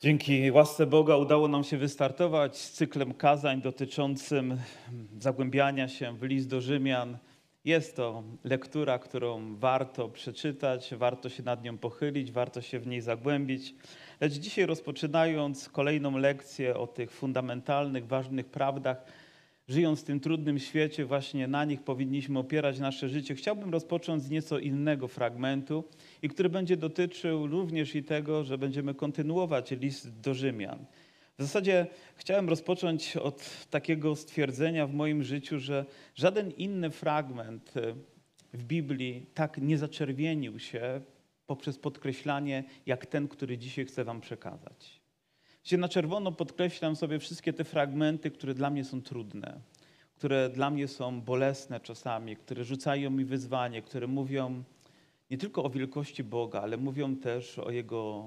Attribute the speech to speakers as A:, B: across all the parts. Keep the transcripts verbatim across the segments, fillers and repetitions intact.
A: Dzięki łasce Boga udało nam się wystartować z cyklem kazań dotyczącym zagłębiania się w list do Rzymian. Jest to lektura, którą warto przeczytać, warto się nad nią pochylić, warto się w niej zagłębić. Lecz dzisiaj, rozpoczynając kolejną lekcję o tych fundamentalnych, ważnych prawdach, żyjąc w tym trudnym świecie, właśnie na nich powinniśmy opierać nasze życie. Chciałbym rozpocząć z nieco innego fragmentu, i który będzie dotyczył również i tego, że będziemy kontynuować list do Rzymian. W zasadzie chciałem rozpocząć od takiego stwierdzenia w moim życiu, że żaden inny fragment w Biblii tak nie zaczerwienił się poprzez podkreślanie, jak ten, który dzisiaj chcę wam przekazać. Gdzie na czerwono podkreślam sobie wszystkie te fragmenty, które dla mnie są trudne, które dla mnie są bolesne czasami, które rzucają mi wyzwanie, które mówią nie tylko o wielkości Boga, ale mówią też o Jego,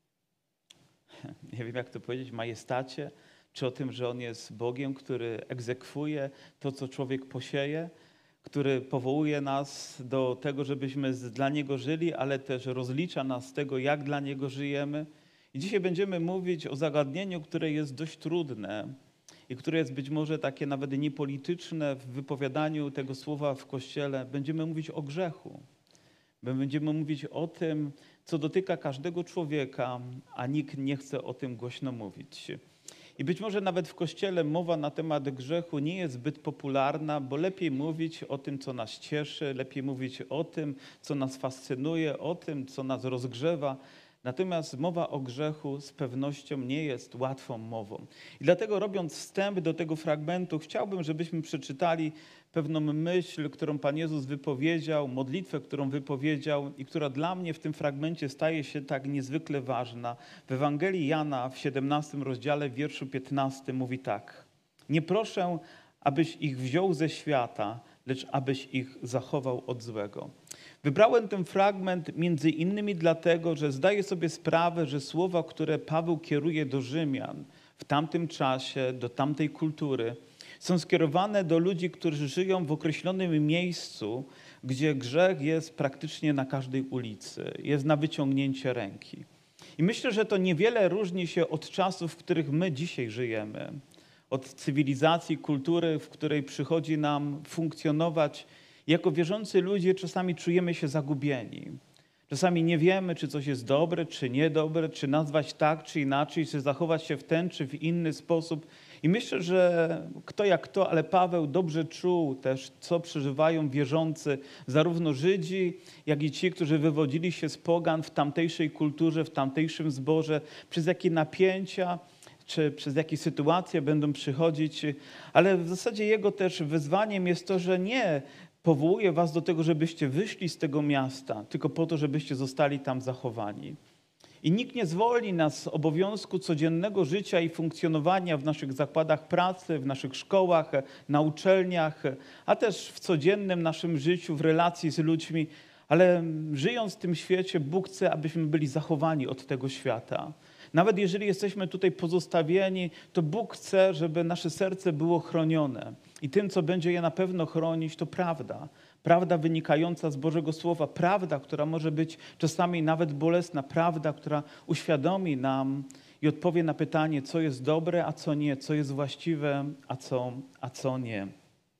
A: nie wiem jak to powiedzieć, majestacie, czy o tym, że On jest Bogiem, który egzekwuje to, co człowiek posieje, który powołuje nas do tego, żebyśmy dla Niego żyli, ale też rozlicza nas z tego, jak dla Niego żyjemy. I dzisiaj będziemy mówić o zagadnieniu, które jest dość trudne i które jest być może takie nawet niepolityczne w wypowiadaniu tego słowa w Kościele. Będziemy mówić o grzechu. Będziemy mówić o tym, co dotyka każdego człowieka, a nikt nie chce o tym głośno mówić. I być może nawet w Kościele mowa na temat grzechu nie jest zbyt popularna, bo lepiej mówić o tym, co nas cieszy, lepiej mówić o tym, co nas fascynuje, o tym, co nas rozgrzewa. Natomiast mowa o grzechu z pewnością nie jest łatwą mową. I dlatego, robiąc wstęp do tego fragmentu, chciałbym, żebyśmy przeczytali pewną myśl, którą Pan Jezus wypowiedział, modlitwę, którą wypowiedział i która dla mnie w tym fragmencie staje się tak niezwykle ważna. W Ewangelii Jana w siedemnastym rozdziale, w wierszu piętnastym mówi tak: nie proszę, abyś ich wziął ze świata, lecz abyś ich zachował od złego. Wybrałem ten fragment między innymi dlatego, że zdaję sobie sprawę, że słowa, które Paweł kieruje do Rzymian w tamtym czasie, do tamtej kultury, są skierowane do ludzi, którzy żyją w określonym miejscu, gdzie grzech jest praktycznie na każdej ulicy, jest na wyciągnięcie ręki. I myślę, że to niewiele różni się od czasów, w których my dzisiaj żyjemy, od cywilizacji, kultury, w której przychodzi nam funkcjonować. Jako wierzący ludzie czasami czujemy się zagubieni. Czasami nie wiemy, czy coś jest dobre, czy niedobre, czy nazwać tak, czy inaczej, czy zachować się w ten, czy w inny sposób. I myślę, że kto jak kto, ale Paweł dobrze czuł też, co przeżywają wierzący, zarówno Żydzi, jak i ci, którzy wywodzili się z pogan w tamtejszej kulturze, w tamtejszym zborze, przez jakie napięcia, czy przez jakie sytuacje będą przychodzić. Ale w zasadzie jego też wyzwaniem jest to, że nie powołuje was do tego, żebyście wyszli z tego miasta, tylko po to, żebyście zostali tam zachowani. I nikt nie zwolni nas z obowiązku codziennego życia i funkcjonowania w naszych zakładach pracy, w naszych szkołach, na uczelniach, a też w codziennym naszym życiu, w relacji z ludźmi. Ale żyjąc w tym świecie, Bóg chce, abyśmy byli zachowani od tego świata. Nawet jeżeli jesteśmy tutaj pozostawieni, to Bóg chce, żeby nasze serce było chronione. I tym, co będzie je na pewno chronić, to prawda. Prawda wynikająca z Bożego Słowa. Prawda, która może być czasami nawet bolesna. Prawda, która uświadomi nam i odpowie na pytanie, co jest dobre, a co nie. Co jest właściwe, a co, a co nie.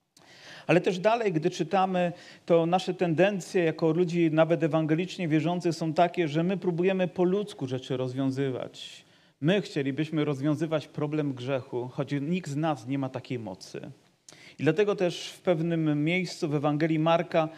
A: Ale też dalej, gdy czytamy, to nasze tendencje jako ludzi nawet ewangelicznie wierzących są takie, że my próbujemy po ludzku rzeczy rozwiązywać. My chcielibyśmy rozwiązywać problem grzechu, choć nikt z nas nie ma takiej mocy. I dlatego też w pewnym miejscu w Ewangelii Marka,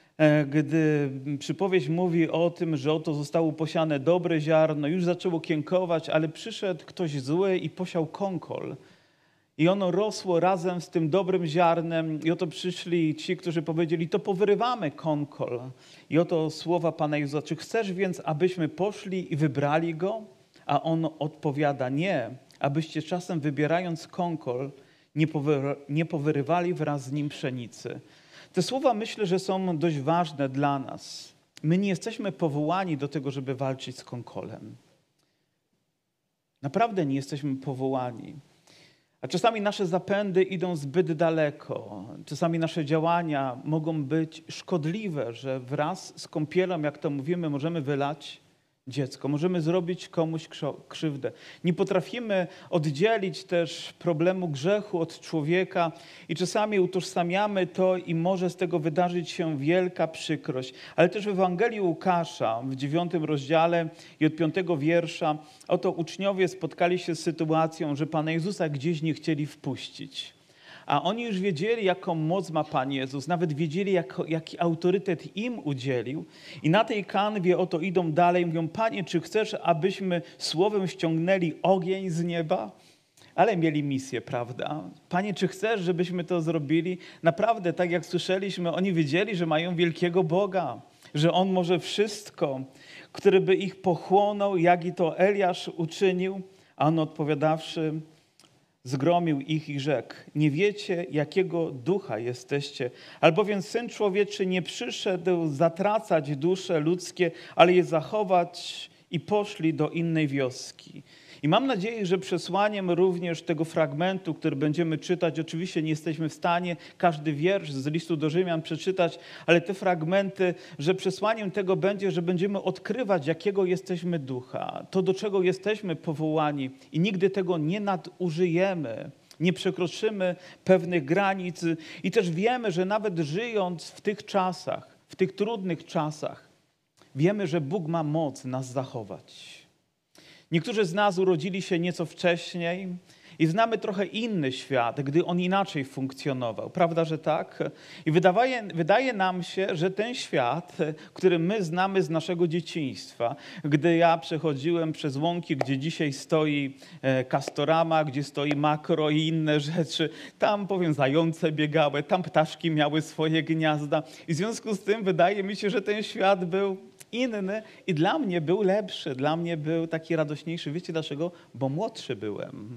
A: gdy przypowieść mówi o tym, że oto zostało posiane dobre ziarno, już zaczęło kiełkować, ale przyszedł ktoś zły i posiał kąkol. I ono rosło razem z tym dobrym ziarnem i oto przyszli ci, którzy powiedzieli, to powyrywamy kąkol. I oto słowa Pana Jezusa, czy chcesz więc, abyśmy poszli i wybrali go? A on odpowiada, nie, abyście czasem wybierając kąkol nie, powy, nie powyrywali wraz z nim pszenicy. Te słowa myślę, że są dość ważne dla nas. My nie jesteśmy powołani do tego, żeby walczyć z kąkolem. Naprawdę nie jesteśmy powołani. A czasami nasze zapędy idą zbyt daleko. Czasami nasze działania mogą być szkodliwe, że wraz z kąpielą, jak to mówimy, możemy wylać dziecko, możemy zrobić komuś krzywdę. Nie potrafimy oddzielić też problemu grzechu od człowieka i czasami utożsamiamy to i może z tego wydarzyć się wielka przykrość. Ale też w Ewangelii Łukasza w dziewiątym rozdziale i od piątego wiersza oto uczniowie spotkali się z sytuacją, że Pana Jezusa gdzieś nie chcieli wpuścić. A oni już wiedzieli, jaką moc ma Pan Jezus, nawet wiedzieli, jak, jaki autorytet im udzielił. I na tej kanwie oto idą dalej, mówią: Panie, czy chcesz, abyśmy słowem ściągnęli ogień z nieba? Ale mieli misję, prawda? Panie, czy chcesz, żebyśmy to zrobili? Naprawdę, tak jak słyszeliśmy, oni wiedzieli, że mają wielkiego Boga, że On może wszystko, który by ich pochłonął, jak i to Eliasz uczynił. A on odpowiadawszy, zgromił ich i rzekł: nie wiecie, jakiego ducha jesteście, albowiem Syn Człowieczy nie przyszedł zatracać dusze ludzkie, ale je zachować, i poszli do innej wioski. I mam nadzieję, że przesłaniem również tego fragmentu, który będziemy czytać, oczywiście nie jesteśmy w stanie każdy wiersz z listu do Rzymian przeczytać, ale te fragmenty, że przesłaniem tego będzie, że będziemy odkrywać, jakiego jesteśmy ducha, to do czego jesteśmy powołani i nigdy tego nie nadużyjemy, nie przekroczymy pewnych granic i też wiemy, że nawet żyjąc w tych czasach, w tych trudnych czasach, wiemy, że Bóg ma moc nas zachować. Niektórzy z nas urodzili się nieco wcześniej i znamy trochę inny świat, gdy on inaczej funkcjonował. Prawda, że tak? I wydaje, wydaje nam się, że ten świat, który my znamy z naszego dzieciństwa, gdy ja przechodziłem przez łąki, gdzie dzisiaj stoi Castorama, gdzie stoi Makro i inne rzeczy, tam powiem zające biegały, tam ptaszki miały swoje gniazda. I w związku z tym wydaje mi się, że ten świat był inny i dla mnie był lepszy, dla mnie był taki radośniejszy. Wiecie dlaczego? Bo młodszy byłem.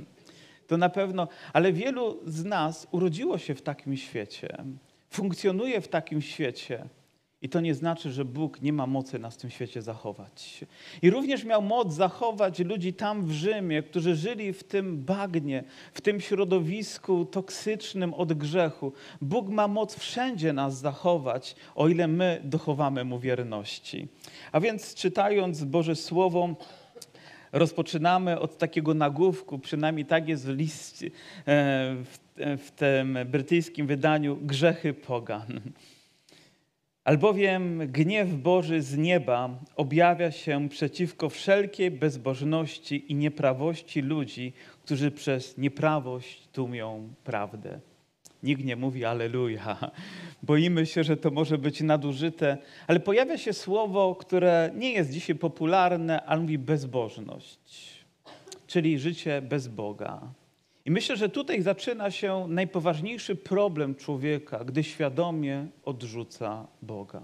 A: To na pewno, ale wielu z nas urodziło się w takim świecie, funkcjonuje w takim świecie i to nie znaczy, że Bóg nie ma mocy nas w tym świecie zachować. I również miał moc zachować ludzi tam w Rzymie, którzy żyli w tym bagnie, w tym środowisku toksycznym od grzechu. Bóg ma moc wszędzie nas zachować, o ile my dochowamy Mu wierności. A więc czytając Boże Słowo, rozpoczynamy od takiego nagłówku, przynajmniej tak jest w liście, w, w tym brytyjskim wydaniu, grzechy pogan. Albowiem gniew Boży z nieba objawia się przeciwko wszelkiej bezbożności i nieprawości ludzi, którzy przez nieprawość tłumią prawdę. Nikt nie mówi alleluja. Boimy się, że to może być nadużyte, ale pojawia się słowo, które nie jest dzisiaj popularne, ale mówi bezbożność, czyli życie bez Boga. I myślę, że tutaj zaczyna się najpoważniejszy problem człowieka, gdy świadomie odrzuca Boga.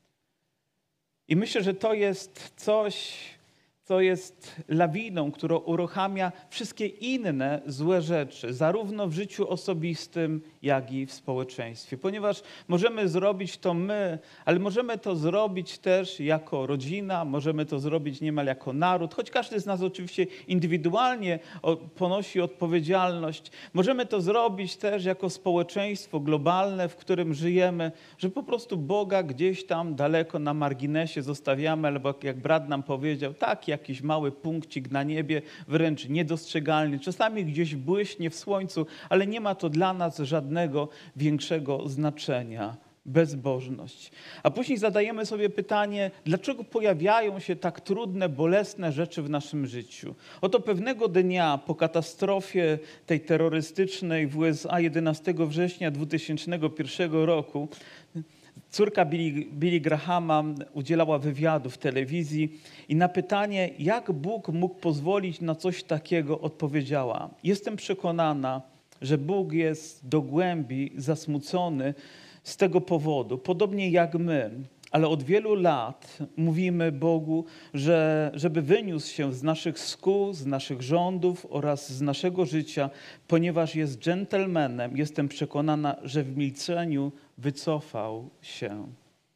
A: I myślę, że to jest coś, co jest lawiną, która uruchamia wszystkie inne złe rzeczy, zarówno w życiu osobistym, jak i w społeczeństwie. Ponieważ możemy zrobić to my, ale możemy to zrobić też jako rodzina, możemy to zrobić niemal jako naród, choć każdy z nas oczywiście indywidualnie ponosi odpowiedzialność. Możemy to zrobić też jako społeczeństwo globalne, w którym żyjemy, że po prostu Boga gdzieś tam daleko na marginesie zostawiamy, albo jak brat nam powiedział, tak, jakiś mały punkcik na niebie, wręcz niedostrzegalny. Czasami gdzieś błyśnie w słońcu, ale nie ma to dla nas żadnego większego znaczenia. Bezbożność. A później zadajemy sobie pytanie, dlaczego pojawiają się tak trudne, bolesne rzeczy w naszym życiu. Oto pewnego dnia po katastrofie tej terrorystycznej w U S A jedenastego września dwutysięcznego pierwszego roku córka Billy, Billy Grahama udzielała wywiadu w telewizji i na pytanie, jak Bóg mógł pozwolić na coś takiego, odpowiedziała: jestem przekonana, że Bóg jest do głębi zasmucony z tego powodu, podobnie jak my, ale od wielu lat mówimy Bogu, że żeby wyniósł się z naszych skół, z naszych rządów oraz z naszego życia, ponieważ jest dżentelmenem, jestem przekonana, że w milczeniu wycofał się.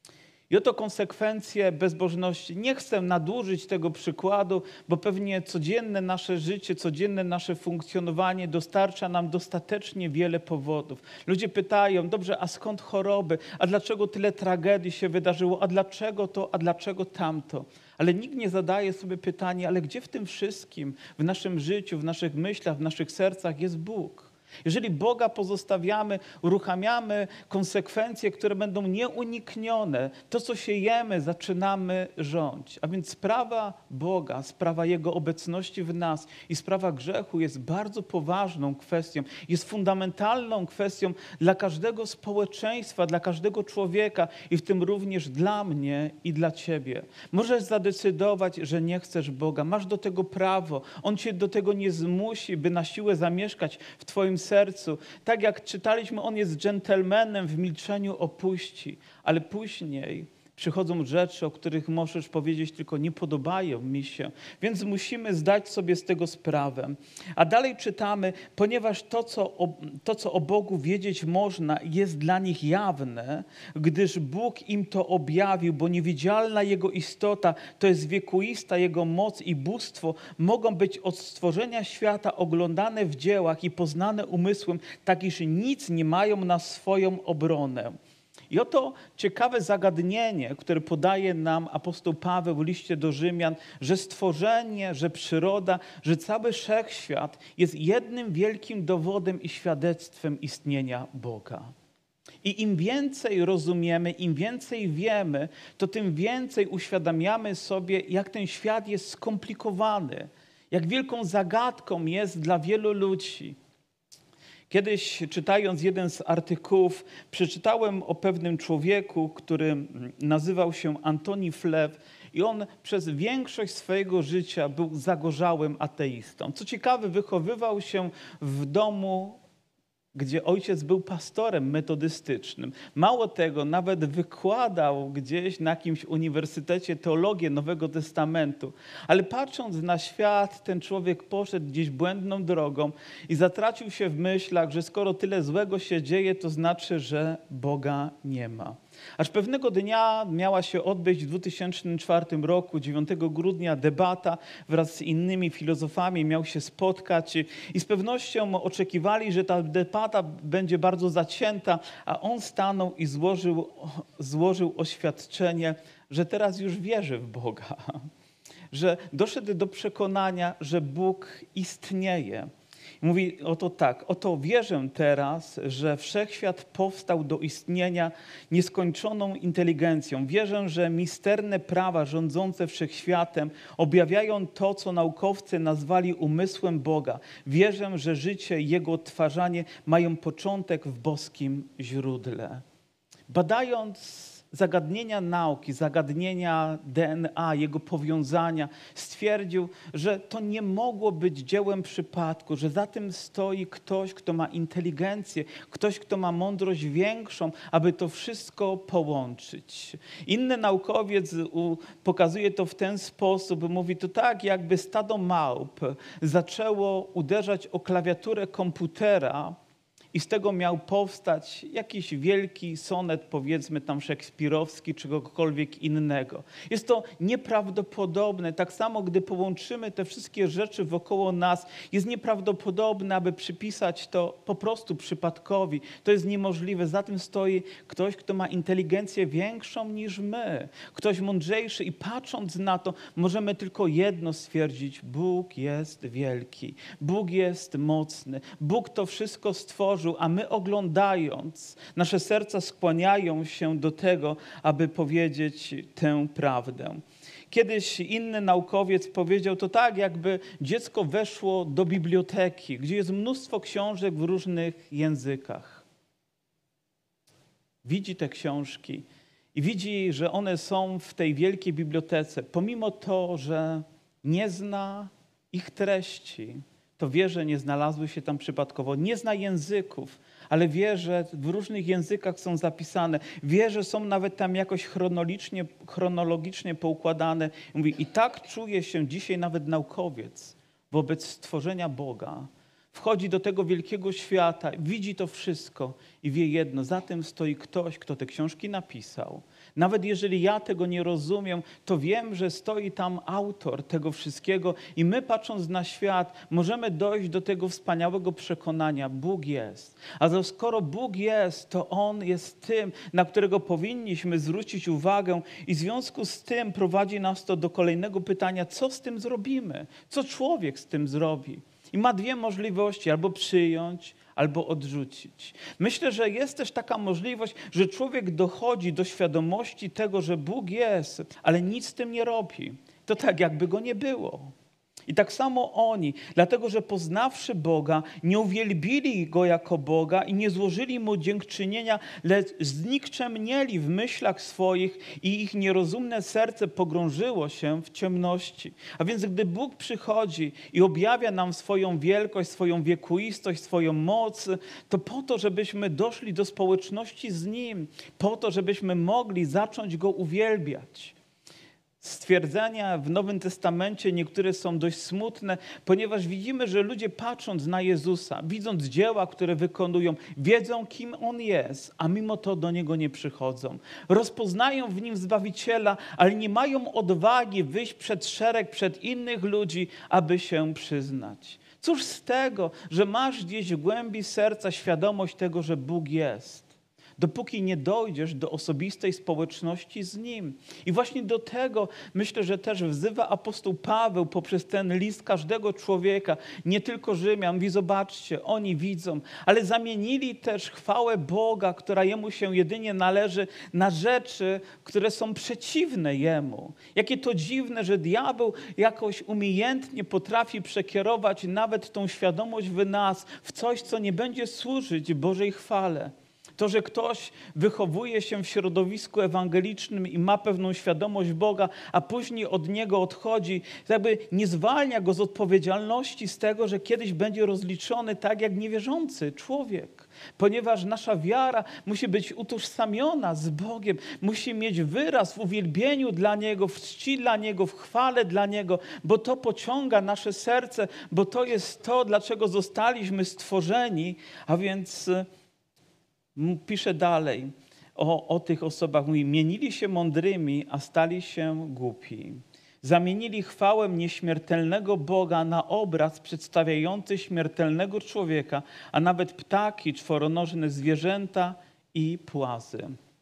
A: I oto konsekwencje bezbożności. Nie chcę nadużyć tego przykładu, bo pewnie codzienne nasze życie, codzienne nasze funkcjonowanie dostarcza nam dostatecznie wiele powodów. Ludzie pytają, dobrze, a skąd choroby? A dlaczego tyle tragedii się wydarzyło? A dlaczego to? A dlaczego tamto? Ale nikt nie zadaje sobie pytania, ale gdzie w tym wszystkim, w naszym życiu, w naszych myślach, w naszych sercach jest Bóg? Jeżeli Boga pozostawiamy, uruchamiamy konsekwencje, które będą nieuniknione, to co siejemy, zaczynamy rządzić. A więc sprawa Boga, sprawa Jego obecności w nas i sprawa grzechu jest bardzo poważną kwestią, jest fundamentalną kwestią dla każdego społeczeństwa, dla każdego człowieka i w tym również dla mnie i dla ciebie. Możesz zadecydować, że nie chcesz Boga, masz do tego prawo, On cię do tego nie zmusi, by na siłę zamieszkać w twoim sercu. Tak jak czytaliśmy, On jest dżentelmenem, w milczeniu opuści, ale później przychodzą rzeczy, o których możesz powiedzieć tylko nie podobają mi się, więc musimy zdać sobie z tego sprawę. A dalej czytamy, ponieważ to co, o, to, co o Bogu wiedzieć można, jest dla nich jawne, gdyż Bóg im to objawił, bo niewidzialna Jego istota, to jest wiekuista Jego moc i bóstwo, mogą być od stworzenia świata oglądane w dziełach i poznane umysłem, tak iż nic nie mają na swoją obronę. I oto ciekawe zagadnienie, które podaje nam apostoł Paweł w liście do Rzymian, że stworzenie, że przyroda, że cały wszechświat jest jednym wielkim dowodem i świadectwem istnienia Boga. I im więcej rozumiemy, im więcej wiemy, to tym więcej uświadamiamy sobie, jak ten świat jest skomplikowany, jak wielką zagadką jest dla wielu ludzi. Kiedyś czytając jeden z artykułów, przeczytałem o pewnym człowieku, który nazywał się Antoni Flew i on przez większość swojego życia był zagorzałym ateistą. Co ciekawe, wychowywał się w domu, gdzie ojciec był pastorem metodystycznym. Mało tego, nawet wykładał gdzieś na jakimś uniwersytecie teologię Nowego Testamentu. Ale patrząc na świat, ten człowiek poszedł gdzieś błędną drogą i zatracił się w myślach, że skoro tyle złego się dzieje, to znaczy, że Boga nie ma. Aż pewnego dnia miała się odbyć w dwa tysiące czwartym roku, dziewiątego grudnia, debata wraz z innymi filozofami, miał się spotkać i z pewnością oczekiwali, że ta debata będzie bardzo zacięta, a on stanął i złożył, złożył oświadczenie, że teraz już wierzy w Boga, że doszedł do przekonania, że Bóg istnieje. Mówi oto tak, oto wierzę teraz, że wszechświat powstał do istnienia nieskończoną inteligencją. Wierzę, że misterne prawa rządzące wszechświatem objawiają to, co naukowcy nazwali umysłem Boga. Wierzę, że życie i jego odtwarzanie mają początek w boskim źródle. Badając zagadnienia nauki, zagadnienia D N A, jego powiązania, stwierdził, że to nie mogło być dziełem przypadku, że za tym stoi ktoś, kto ma inteligencję, ktoś, kto ma mądrość większą, aby to wszystko połączyć. Inny naukowiec pokazuje to w ten sposób, mówi to tak, jakby stado małp zaczęło uderzać o klawiaturę komputera, i z tego miał powstać jakiś wielki sonet, powiedzmy tam szekspirowski, czy kogokolwiek innego. Jest to nieprawdopodobne. Tak samo, gdy połączymy te wszystkie rzeczy wokoło nas, jest nieprawdopodobne, aby przypisać to po prostu przypadkowi. To jest niemożliwe. Za tym stoi ktoś, kto ma inteligencję większą niż my. Ktoś mądrzejszy i patrząc na to, możemy tylko jedno stwierdzić. Bóg jest wielki. Bóg jest mocny. Bóg to wszystko stworzył. A my oglądając, nasze serca skłaniają się do tego, aby powiedzieć tę prawdę. Kiedyś inny naukowiec powiedział to tak, jakby dziecko weszło do biblioteki, gdzie jest mnóstwo książek w różnych językach. Widzi te książki i widzi, że one są w tej wielkiej bibliotece. Pomimo to, że nie zna ich treści, to wie, że nie znalazły się tam przypadkowo. Nie zna języków, ale wie, że w różnych językach są zapisane. Wie, że są nawet tam jakoś chronologicznie, chronologicznie poukładane. Mówi, i tak czuje się dzisiaj nawet naukowiec wobec stworzenia Boga, w wchodzi do tego wielkiego świata, widzi to wszystko i wie jedno, za tym stoi ktoś, kto te książki napisał. Nawet jeżeli ja tego nie rozumiem, to wiem, że stoi tam autor tego wszystkiego i my, patrząc na świat, możemy dojść do tego wspaniałego przekonania, Bóg jest. A to skoro Bóg jest, to On jest tym, na którego powinniśmy zwrócić uwagę i w związku z tym prowadzi nas to do kolejnego pytania, co z tym zrobimy? Co człowiek z tym zrobi? I ma dwie możliwości, albo przyjąć, albo odrzucić. Myślę, że jest też taka możliwość, że człowiek dochodzi do świadomości tego, że Bóg jest, ale nic z tym nie robi. To tak, jakby Go nie było. I tak samo oni, dlatego że poznawszy Boga, nie uwielbili Go jako Boga i nie złożyli Mu dziękczynienia, lecz znikczemnieli w myślach swoich i ich nierozumne serce pogrążyło się w ciemności. A więc gdy Bóg przychodzi i objawia nam swoją wielkość, swoją wiekuistość, swoją moc, to po to, żebyśmy doszli do społeczności z Nim, po to, żebyśmy mogli zacząć Go uwielbiać. Stwierdzenia w Nowym Testamencie niektóre są dość smutne, ponieważ widzimy, że ludzie patrząc na Jezusa, widząc dzieła, które wykonują, wiedzą, kim On jest, a mimo to do Niego nie przychodzą. Rozpoznają w Nim Zbawiciela, ale nie mają odwagi wyjść przed szereg, przed innych ludzi, aby się przyznać. Cóż z tego, że masz gdzieś w głębi serca świadomość tego, że Bóg jest, dopóki nie dojdziesz do osobistej społeczności z Nim. I właśnie do tego myślę, że też wzywa apostoł Paweł poprzez ten list każdego człowieka, nie tylko Rzymian. Mówi, zobaczcie, oni widzą, ale zamienili też chwałę Boga, która Jemu się jedynie należy, na rzeczy, które są przeciwne Jemu. Jakie to dziwne, że diabeł jakoś umiejętnie potrafi przekierować nawet tą świadomość w nas w coś, co nie będzie służyć Bożej chwale. To, że ktoś wychowuje się w środowisku ewangelicznym i ma pewną świadomość Boga, a później od Niego odchodzi, jakby nie zwalnia go z odpowiedzialności z tego, że kiedyś będzie rozliczony tak jak niewierzący człowiek. Ponieważ nasza wiara musi być utożsamiona z Bogiem, musi mieć wyraz w uwielbieniu dla Niego, w czci dla Niego, w chwale dla Niego, bo to pociąga nasze serce, bo to jest to, dlaczego zostaliśmy stworzeni, a więc pisze dalej o, o tych osobach. Mówi, mienili się mądrymi, a stali się głupi. Zamienili chwałę nieśmiertelnego Boga na obraz przedstawiający śmiertelnego człowieka, a nawet ptaki, czworonożne zwierzęta i płazy.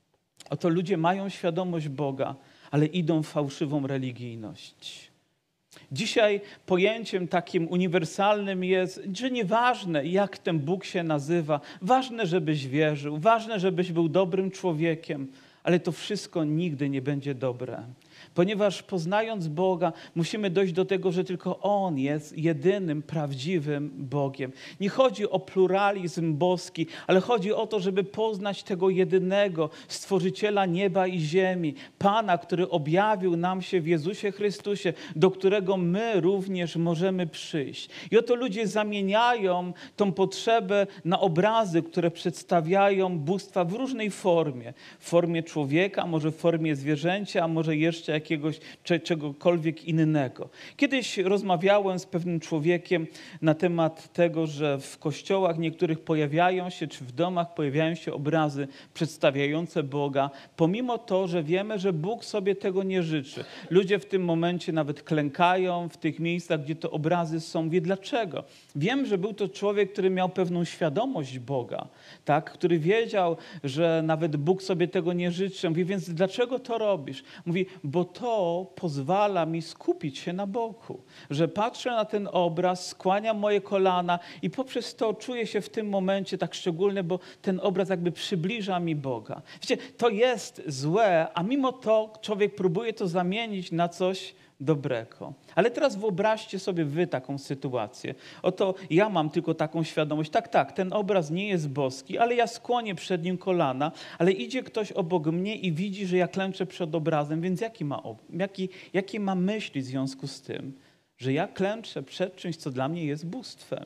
A: Oto ludzie mają świadomość Boga, ale idą w fałszywą religijność. Dzisiaj pojęciem takim uniwersalnym jest, że nieważne jak ten Bóg się nazywa, ważne, żebyś wierzył, ważne, żebyś był dobrym człowiekiem, ale to wszystko nigdy nie będzie dobre. Ponieważ poznając Boga, musimy dojść do tego, że tylko On jest jedynym, prawdziwym Bogiem. Nie chodzi o pluralizm boski, ale chodzi o to, żeby poznać tego jedynego Stworzyciela nieba i ziemi, Pana, który objawił nam się w Jezusie Chrystusie, do którego my również możemy przyjść. I oto ludzie zamieniają tą potrzebę na obrazy, które przedstawiają bóstwa w różnej formie. W formie człowieka, może w formie zwierzęcia, a może jeszcze jakiegoś czegokolwiek innego. Kiedyś rozmawiałem z pewnym człowiekiem na temat tego, że w kościołach niektórych pojawiają się, czy w domach pojawiają się obrazy przedstawiające Boga, pomimo to, że wiemy, że Bóg sobie tego nie życzy. Ludzie w tym momencie nawet klękają w tych miejscach, gdzie te obrazy są. Wie dlaczego? Wiem, że był to człowiek, który miał pewną świadomość Boga, tak? Który wiedział, że nawet Bóg sobie tego nie życzy. Mówi, więc dlaczego to robisz? Mówi, bo to pozwala mi skupić się na Bogu. Że patrzę na ten obraz, skłaniam moje kolana i poprzez to czuję się w tym momencie tak szczególnie, bo ten obraz jakby przybliża mi Boga. Wiecie, to jest złe, a mimo to człowiek próbuje to zamienić na coś dobrego. Ale teraz wyobraźcie sobie wy taką sytuację. Oto ja mam tylko taką świadomość. Tak, tak, ten obraz nie jest boski, ale ja skłonię przed nim kolana, ale idzie ktoś obok mnie i widzi, że ja klęczę przed obrazem, więc jaki ma, jaki, jakie ma myśli w związku z tym, że ja klęczę przed czymś, co dla mnie jest bóstwem.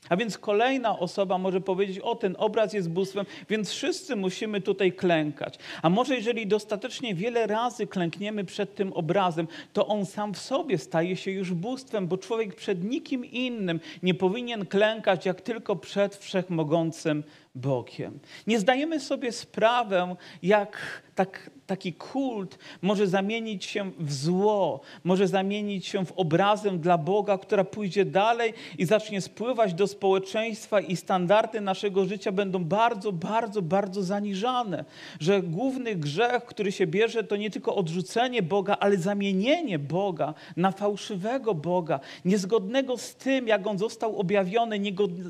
A: A więc kolejna osoba może powiedzieć, o, ten obraz jest bóstwem, więc wszyscy musimy tutaj klękać. A może jeżeli dostatecznie wiele razy klękniemy przed tym obrazem, to on sam w sobie staje się już bóstwem, bo człowiek przed nikim innym nie powinien klękać, jak tylko przed wszechmogącym Bogiem. Nie zdajemy sobie sprawy, jak tak, taki kult może zamienić się w zło, może zamienić się w obrazę dla Boga, która pójdzie dalej i zacznie spływać do społeczeństwa i standardy naszego życia będą bardzo, bardzo, bardzo zaniżane. Że główny grzech, który się bierze, to nie tylko odrzucenie Boga, ale zamienienie Boga na fałszywego Boga, niezgodnego z tym, jak On został objawiony,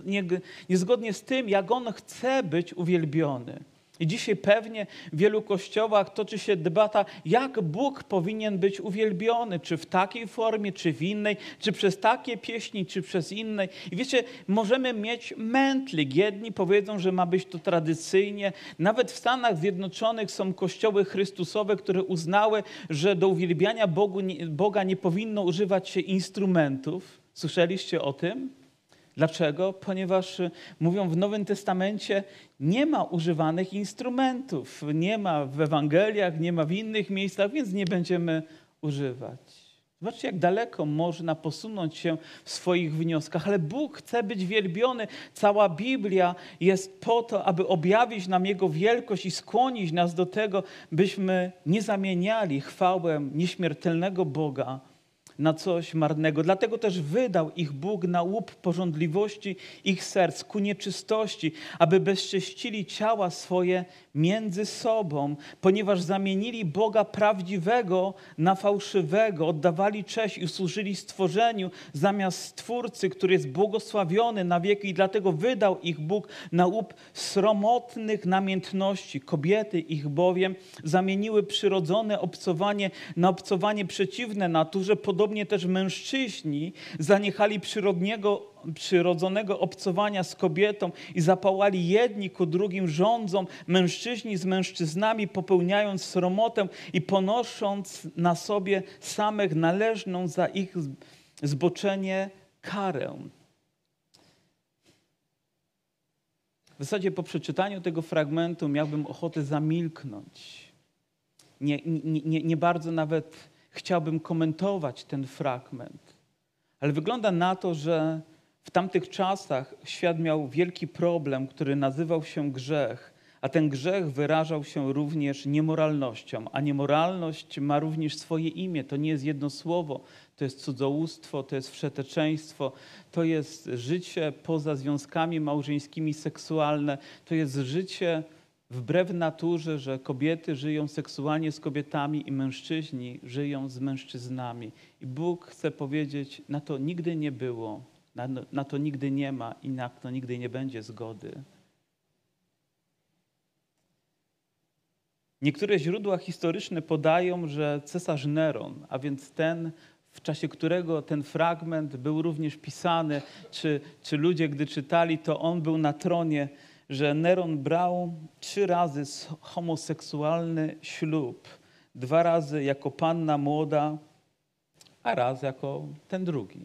A: niezgodnie z tym, jak On chce być uwielbiony. I dzisiaj pewnie w wielu kościołach toczy się debata, jak Bóg powinien być uwielbiony, czy w takiej formie, czy w innej, czy przez takie pieśni, czy przez inne. I wiecie, możemy mieć mętlik. Jedni powiedzą, że ma być to tradycyjnie. Nawet w Stanach Zjednoczonych są kościoły chrystusowe, które uznały, że do uwielbiania Bogu, Boga nie powinno używać się instrumentów. Słyszeliście o tym? Dlaczego? Ponieważ mówią w Nowym Testamencie nie ma używanych instrumentów. Nie ma w Ewangeliach, nie ma w innych miejscach, więc nie będziemy używać. Zobaczcie, jak daleko można posunąć się w swoich wnioskach. Ale Bóg chce być wielbiony. Cała Biblia jest po to, aby objawić nam Jego wielkość i skłonić nas do tego, byśmy nie zamieniali chwałę nieśmiertelnego Boga na coś marnego. Dlatego też wydał ich Bóg na łup pożądliwości ich serc ku nieczystości, aby bezcześcili ciała swoje między sobą, ponieważ zamienili Boga prawdziwego na fałszywego, oddawali cześć i służyli stworzeniu zamiast Stwórcy, który jest błogosławiony na wieki i dlatego wydał ich Bóg na łup sromotnych namiętności. Kobiety ich bowiem zamieniły przyrodzone obcowanie na obcowanie przeciwne naturze, podobnie też mężczyźni zaniechali przyrodniego przyrodzonego obcowania z kobietą i zapałali jedni ku drugim, rządzą mężczyźni z mężczyznami, popełniając sromotę i ponosząc na sobie samych należną za ich zboczenie karę. W zasadzie po przeczytaniu tego fragmentu miałbym ochotę zamilknąć. Nie, nie, nie, nie bardzo nawet chciałbym komentować ten fragment, ale wygląda na to, że w tamtych czasach świat miał wielki problem, który nazywał się grzech, a ten grzech wyrażał się również niemoralnością, a niemoralność ma również swoje imię. To nie jest jedno słowo, to jest cudzołóstwo, to jest wszeteczeństwo, to jest życie poza związkami małżeńskimi seksualne, to jest życie wbrew naturze, że kobiety żyją seksualnie z kobietami i mężczyźni żyją z mężczyznami. I Bóg chce powiedzieć, na to nigdy nie było, na, na to nigdy nie ma i na to nigdy nie będzie zgody. Niektóre źródła historyczne podają, że cesarz Neron, a więc ten, w czasie którego ten fragment był również pisany, czy, czy ludzie, gdy czytali, to on był na tronie, że Neron brał trzy razy homoseksualny ślub. Dwa razy jako panna młoda, a raz jako ten drugi.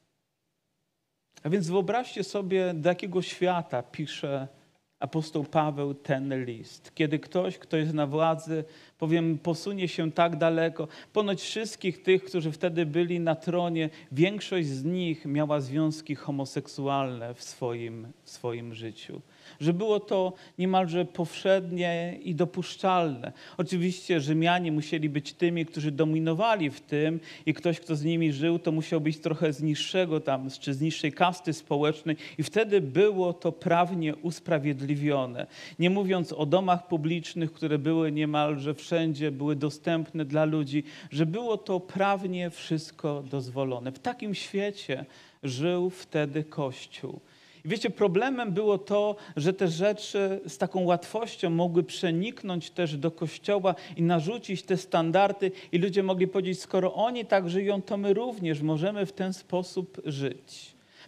A: A więc wyobraźcie sobie, do jakiego świata pisze apostoł Paweł ten list. Kiedy ktoś, kto jest na władzy, powiem, posunie się tak daleko, ponoć wszystkich tych, którzy wtedy byli na tronie, większość z nich miała związki homoseksualne w swoim, w swoim życiu. Że było to niemalże powszednie i dopuszczalne. Oczywiście Rzymianie musieli być tymi, którzy dominowali w tym i ktoś, kto z nimi żył, to musiał być trochę z niższego tam, czy z niższej kasty społecznej i wtedy było to prawnie usprawiedliwione. Nie mówiąc o domach publicznych, które były niemalże wszędzie, były dostępne dla ludzi, że było to prawnie wszystko dozwolone. W takim świecie żył wtedy Kościół. I wiecie, problemem było to, że te rzeczy z taką łatwością mogły przeniknąć też do Kościoła i narzucić te standardy i ludzie mogli powiedzieć, skoro oni tak żyją, to my również możemy w ten sposób żyć.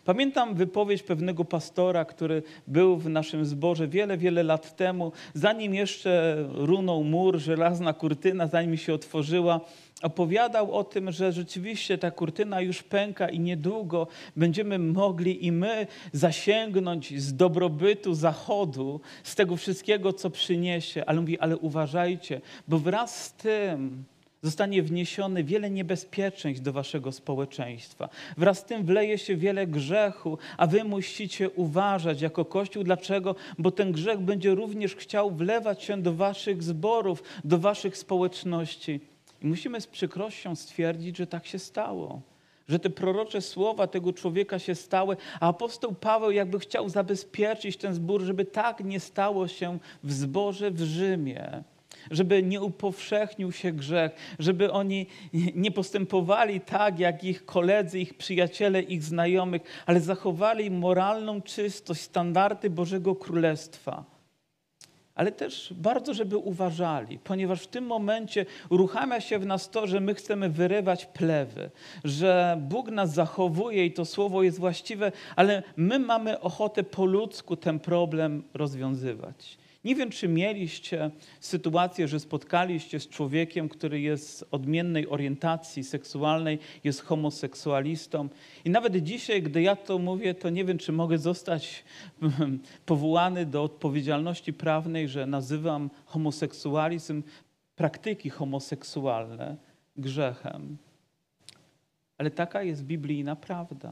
A: Pamiętam wypowiedź pewnego pastora, który był w naszym zborze wiele, wiele lat temu, zanim jeszcze runął mur, żelazna kurtyna, zanim się otworzyła. Opowiadał o tym, że rzeczywiście ta kurtyna już pęka i niedługo będziemy mogli i my zasięgnąć z dobrobytu Zachodu, z tego wszystkiego, co przyniesie. Ale mówi, ale uważajcie, bo wraz z tym zostanie wniesione wiele niebezpieczeństw do waszego społeczeństwa. Wraz z tym wleje się wiele grzechu, a wy musicie uważać jako Kościół. Dlaczego? Bo ten grzech będzie również chciał wlewać się do waszych zborów, do waszych społeczności. I musimy z przykrością stwierdzić, że tak się stało. Że te prorocze słowa tego człowieka się stały, a apostoł Paweł jakby chciał zabezpieczyć ten zbór, żeby tak nie stało się w zborze w Rzymie. Żeby nie upowszechnił się grzech, żeby oni nie postępowali tak, jak ich koledzy, ich przyjaciele, ich znajomych, ale zachowali moralną czystość, standardy Bożego Królestwa. Ale też bardzo, żeby uważali, ponieważ w tym momencie uruchamia się w nas to, że my chcemy wyrywać plewy, że Bóg nas zachowuje i to słowo jest właściwe, ale my mamy ochotę po ludzku ten problem rozwiązywać. Nie wiem, czy mieliście sytuację, że spotkaliście z człowiekiem, który jest odmiennej orientacji seksualnej, jest homoseksualistą. I nawet dzisiaj, gdy ja to mówię, to nie wiem, czy mogę zostać powołany do odpowiedzialności prawnej, że nazywam homoseksualizm, praktyki homoseksualne grzechem. Ale taka jest biblijna prawda.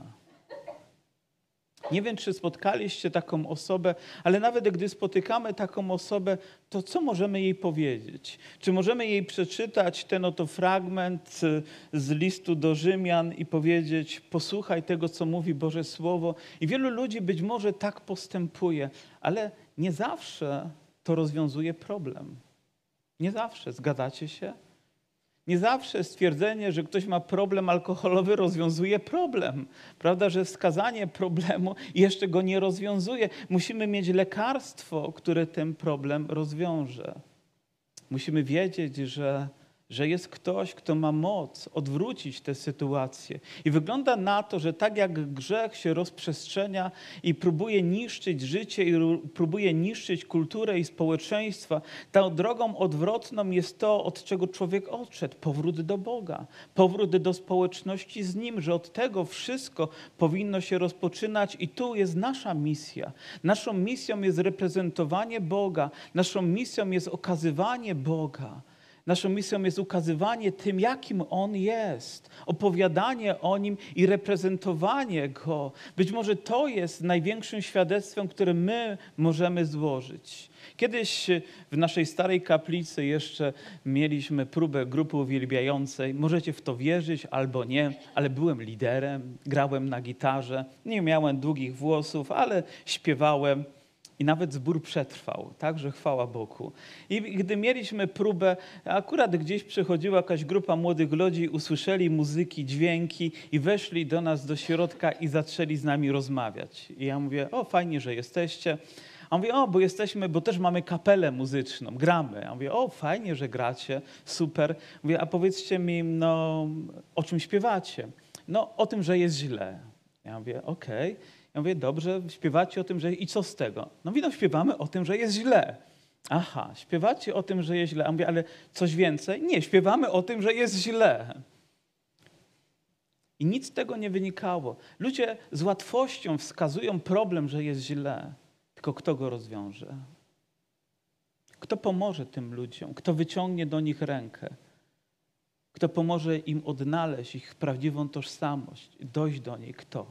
A: Nie wiem, czy spotkaliście taką osobę, ale nawet gdy spotykamy taką osobę, to co możemy jej powiedzieć? Czy możemy jej przeczytać ten oto fragment z listu do Rzymian i powiedzieć, posłuchaj tego, co mówi Boże Słowo? I wielu ludzi być może tak postępuje, ale nie zawsze to rozwiązuje problem. Nie zawsze. Zgadzacie się? Nie zawsze stwierdzenie, że ktoś ma problem alkoholowy, rozwiązuje problem. Prawda, że wskazanie problemu jeszcze go nie rozwiązuje. Musimy mieć lekarstwo, które ten problem rozwiąże. Musimy wiedzieć, że, że jest ktoś, kto ma moc odwrócić tę sytuację. I wygląda na to, że tak jak grzech się rozprzestrzenia i próbuje niszczyć życie i próbuje niszczyć kulturę i społeczeństwa, tą drogą odwrotną jest to, od czego człowiek odszedł. Powrót do Boga, powrót do społeczności z Nim, że od tego wszystko powinno się rozpoczynać i tu jest nasza misja. Naszą misją jest reprezentowanie Boga, naszą misją jest okazywanie Boga. Naszą misją jest ukazywanie tym, jakim On jest, opowiadanie o Nim i reprezentowanie Go. Być może to jest największym świadectwem, które my możemy złożyć. Kiedyś w naszej starej kaplicy jeszcze mieliśmy próbę grupy uwielbiającej. Możecie w to wierzyć albo nie, ale byłem liderem, grałem na gitarze. Nie miałem długich włosów, ale śpiewałem. I nawet zbór przetrwał, także chwała Bogu. I gdy mieliśmy próbę, akurat gdzieś przychodziła jakaś grupa młodych ludzi, usłyszeli muzyki, dźwięki i weszli do nas do środka i zaczęli z nami rozmawiać. I ja mówię, o fajnie, że jesteście. A on mówi, o, bo jesteśmy, bo też mamy kapelę muzyczną, gramy. A mówię, o, fajnie, że gracie, super. Mówię, a powiedzcie mi, no, o czym śpiewacie? No, o tym, że jest źle. Ja mówię, okej. Okay. Ja mówię, dobrze, śpiewacie o tym, że i co z tego? No widzą, śpiewamy o tym, że jest źle. Aha, śpiewacie o tym, że jest źle. Ja mówię, ale coś więcej? Nie, śpiewamy o tym, że jest źle. I nic z tego nie wynikało. Ludzie z łatwością wskazują problem, że jest źle. Tylko kto go rozwiąże? Kto pomoże tym ludziom? Kto wyciągnie do nich rękę? Kto pomoże im odnaleźć ich prawdziwą tożsamość? Dojść do niej? Kto?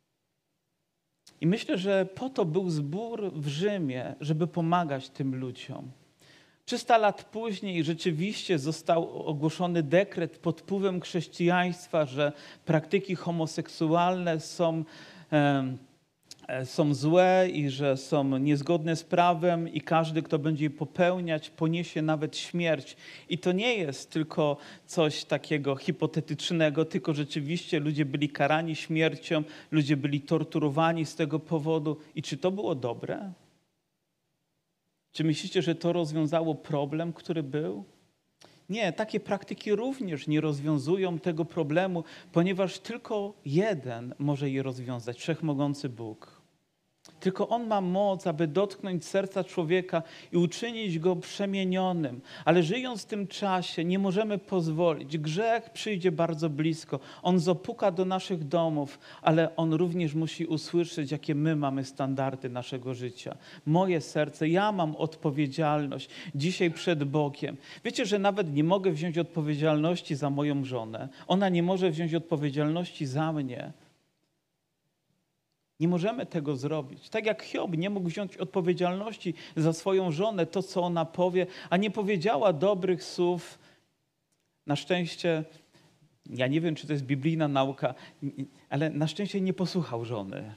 A: I myślę, że po to był zbór w Rzymie, żeby pomagać tym ludziom. trzysta lat później rzeczywiście został ogłoszony dekret pod wpływem chrześcijaństwa, że praktyki homoseksualne są, e, są złe i że są niezgodne z prawem i każdy, kto będzie je popełniać, poniesie nawet śmierć. I to nie jest tylko coś takiego hipotetycznego, tylko rzeczywiście ludzie byli karani śmiercią, ludzie byli torturowani z tego powodu. I czy to było dobre? Czy myślicie, że to rozwiązało problem, który był? Nie, takie praktyki również nie rozwiązują tego problemu, ponieważ tylko jeden może je rozwiązać, wszechmogący Bóg. Tylko On ma moc, aby dotknąć serca człowieka i uczynić go przemienionym. Ale żyjąc w tym czasie nie możemy pozwolić. Grzech przyjdzie bardzo blisko. On zapuka do naszych domów, ale On również musi usłyszeć, jakie my mamy standardy naszego życia. Moje serce, ja mam odpowiedzialność dzisiaj przed Bogiem. Wiecie, że nawet nie mogę wziąć odpowiedzialności za moją żonę. Ona nie może wziąć odpowiedzialności za mnie. Nie możemy tego zrobić. Tak jak Hiob nie mógł wziąć odpowiedzialności za swoją żonę, to co ona powie, a nie powiedziała dobrych słów. Na szczęście, ja nie wiem, czy to jest biblijna nauka, ale na szczęście nie posłuchał żony.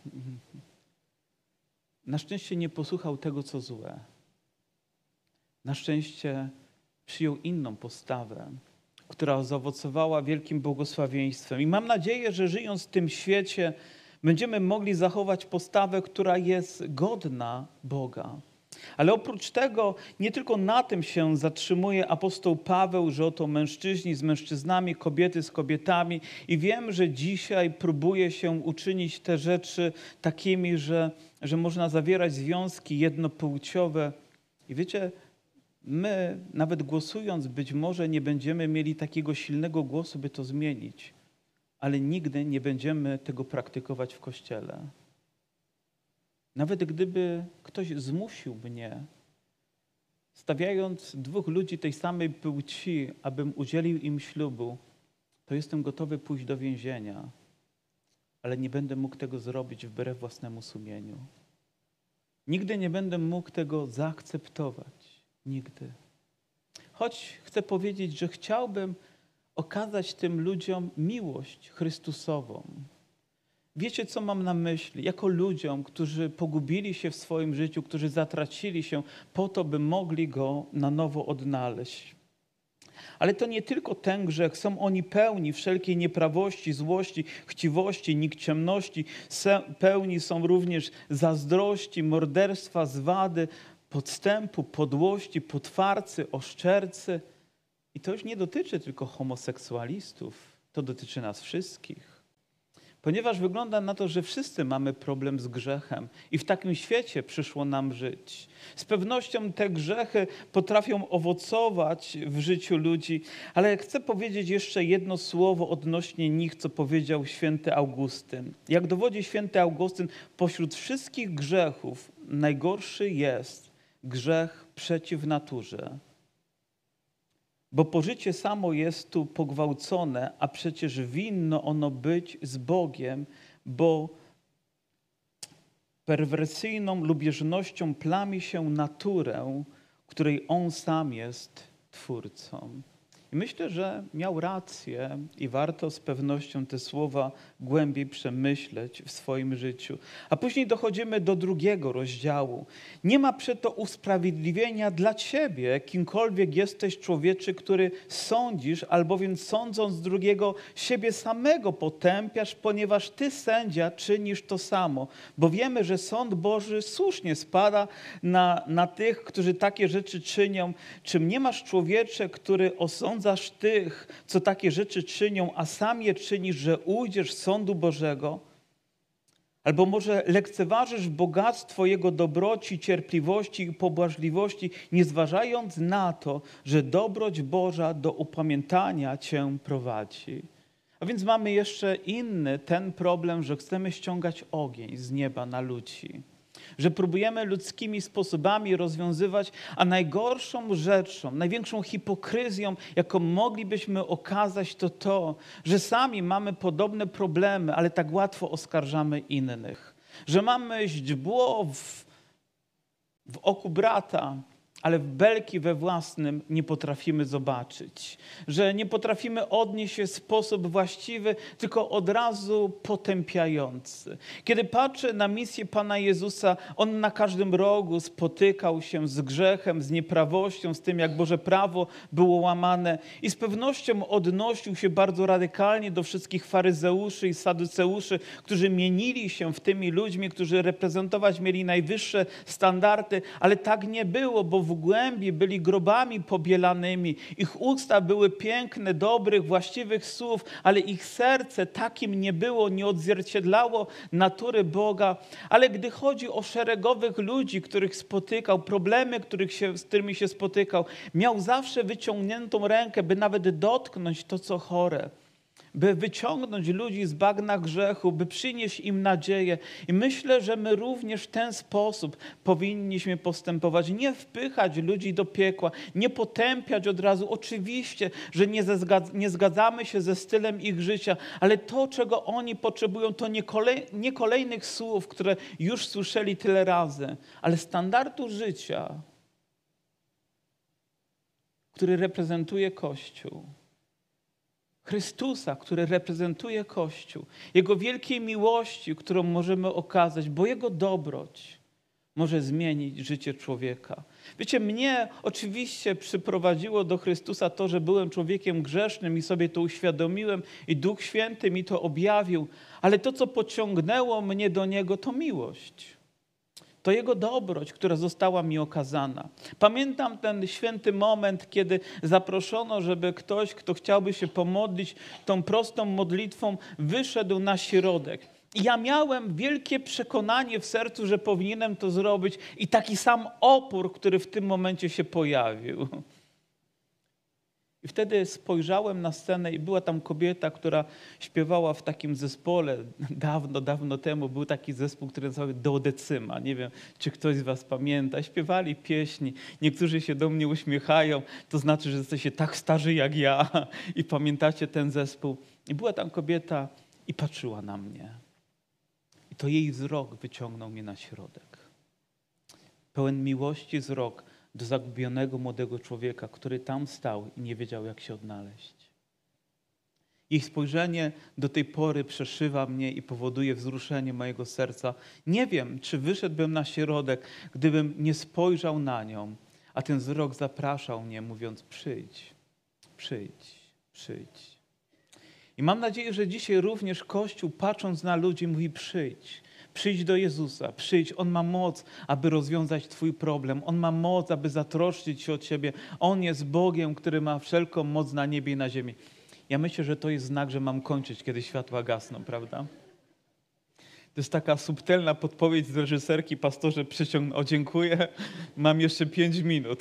A: Na szczęście nie posłuchał tego, co złe. Na szczęście przyjął inną postawę, która zaowocowała wielkim błogosławieństwem. I mam nadzieję, że żyjąc w tym świecie, będziemy mogli zachować postawę, która jest godna Boga. Ale oprócz tego nie tylko na tym się zatrzymuje apostoł Paweł, że oto mężczyźni z mężczyznami, kobiety z kobietami. I wiem, że dzisiaj próbuje się uczynić te rzeczy takimi, że, że można zawierać związki jednopłciowe. I wiecie, my nawet głosując być może nie będziemy mieli takiego silnego głosu, by to zmienić. Ale nigdy nie będziemy tego praktykować w Kościele. Nawet gdyby ktoś zmusił mnie, stawiając dwóch ludzi tej samej płci, abym udzielił im ślubu, to jestem gotowy pójść do więzienia, ale nie będę mógł tego zrobić wbrew własnemu sumieniu. Nigdy nie będę mógł tego zaakceptować. Nigdy. Choć chcę powiedzieć, że chciałbym okazać tym ludziom miłość Chrystusową. Wiecie, co mam na myśli? Jako ludziom, którzy pogubili się w swoim życiu, którzy zatracili się po to, by mogli Go na nowo odnaleźć. Ale to nie tylko ten grzech. Są oni pełni wszelkiej nieprawości, złości, chciwości, nikczemności. Pełni są również zazdrości, morderstwa, zwady, podstępu, podłości, potwarcy, oszczercy. I to już nie dotyczy tylko homoseksualistów, to dotyczy nas wszystkich. Ponieważ wygląda na to, że wszyscy mamy problem z grzechem i w takim świecie przyszło nam żyć. Z pewnością te grzechy potrafią owocować w życiu ludzi, ale chcę powiedzieć jeszcze jedno słowo odnośnie nich, co powiedział święty Augustyn. Jak dowodzi święty Augustyn, pośród wszystkich grzechów najgorszy jest grzech przeciw naturze. Bo pożycie samo jest tu pogwałcone, a przecież winno ono być z Bogiem, bo perwersyjną lubieżnością plami się naturę, której On sam jest Twórcą. I myślę, że miał rację i warto z pewnością te słowa głębiej przemyśleć w swoim życiu. A później dochodzimy do drugiego rozdziału. Nie ma przeto usprawiedliwienia dla ciebie, kimkolwiek jesteś człowieczy, który sądzisz, albowiem sądząc drugiego, siebie samego potępiasz, ponieważ ty, sędzia, czynisz to samo. Bo wiemy, że sąd Boży słusznie spada na, na tych, którzy takie rzeczy czynią. Czym nie masz człowiecze, który osądza tych, co takie rzeczy czynią, a sam je czynisz, że ujdziesz z sądu Bożego? Albo może lekceważysz bogactwo Jego dobroci, cierpliwości i pobłażliwości, nie zważając na to, że dobroć Boża do upamiętania cię prowadzi. A więc mamy jeszcze inny ten problem, że chcemy ściągać ogień z nieba na ludzi. Że próbujemy ludzkimi sposobami rozwiązywać, a najgorszą rzeczą, największą hipokryzją, jaką moglibyśmy okazać, to to, że sami mamy podobne problemy, ale tak łatwo oskarżamy innych. Że mamy źdźbło w, w oku brata, ale w belki we własnym nie potrafimy zobaczyć. Że nie potrafimy odnieść się w sposób właściwy, tylko od razu potępiający. Kiedy patrzę na misję Pana Jezusa, On na każdym rogu spotykał się z grzechem, z nieprawością, z tym, jak Boże prawo było łamane. I z pewnością odnosił się bardzo radykalnie do wszystkich faryzeuszy i saduceuszy, którzy mienili się w tymi ludźmi, którzy reprezentować mieli najwyższe standardy, ale tak nie było, bo w w głębi byli grobami pobielanymi. Ich usta były piękne, dobrych, właściwych słów, ale ich serce takim nie było, nie odzwierciedlało natury Boga. Ale gdy chodzi o szeregowych ludzi, których spotykał, problemy, których się, z którymi się spotykał, miał zawsze wyciągniętą rękę, by nawet dotknąć to, co chore. By wyciągnąć ludzi z bagna grzechu, by przynieść im nadzieję. I myślę, że my również w ten sposób powinniśmy postępować. Nie wpychać ludzi do piekła, nie potępiać od razu. Oczywiście, że nie, zgadz- nie zgadzamy się ze stylem ich życia, ale to, czego oni potrzebują, to nie, kolej- nie kolejnych słów, które już słyszeli tyle razy, ale standardu życia, który reprezentuje Kościół. Chrystusa, który reprezentuje Kościół, Jego wielkiej miłości, którą możemy okazać, bo Jego dobroć może zmienić życie człowieka. Wiecie, mnie oczywiście przyprowadziło do Chrystusa to, że byłem człowiekiem grzesznym i sobie to uświadomiłem i Duch Święty mi to objawił, ale to, co pociągnęło mnie do Niego, to miłość. To Jego dobroć, która została mi okazana. Pamiętam ten święty moment, kiedy zaproszono, żeby ktoś, kto chciałby się pomodlić tą prostą modlitwą, wyszedł na środek. I ja miałem wielkie przekonanie w sercu, że powinienem to zrobić i taki sam opór, który w tym momencie się pojawił. I wtedy spojrzałem na scenę i była tam kobieta, która śpiewała w takim zespole. Dawno, dawno temu był taki zespół, który nazywał się Duodecima. Nie wiem, czy ktoś z was pamięta. Śpiewali pieśni. Niektórzy się do mnie uśmiechają. To znaczy, że jesteście tak starzy jak ja i pamiętacie ten zespół. I była tam kobieta i patrzyła na mnie. I to jej wzrok wyciągnął mnie na środek. Pełen miłości wzrok do zagubionego młodego człowieka, który tam stał i nie wiedział, jak się odnaleźć. Ich spojrzenie do tej pory przeszywa mnie i powoduje wzruszenie mojego serca. Nie wiem, czy wyszedłbym na środek, gdybym nie spojrzał na nią, a ten wzrok zapraszał mnie, mówiąc: przyjdź, przyjdź, przyjdź. I mam nadzieję, że dzisiaj również Kościół, patrząc na ludzi, mówi: przyjdź. Przyjdź do Jezusa, przyjdź. On ma moc, aby rozwiązać twój problem. On ma moc, aby zatroszczyć się o ciebie. On jest Bogiem, który ma wszelką moc na niebie i na ziemi. Ja myślę, że to jest znak, że mam kończyć, kiedy światła gasną, prawda? To jest taka subtelna podpowiedź z reżyserki: pastorze, przyciągnę. O, dziękuję. Mam jeszcze pięć minut.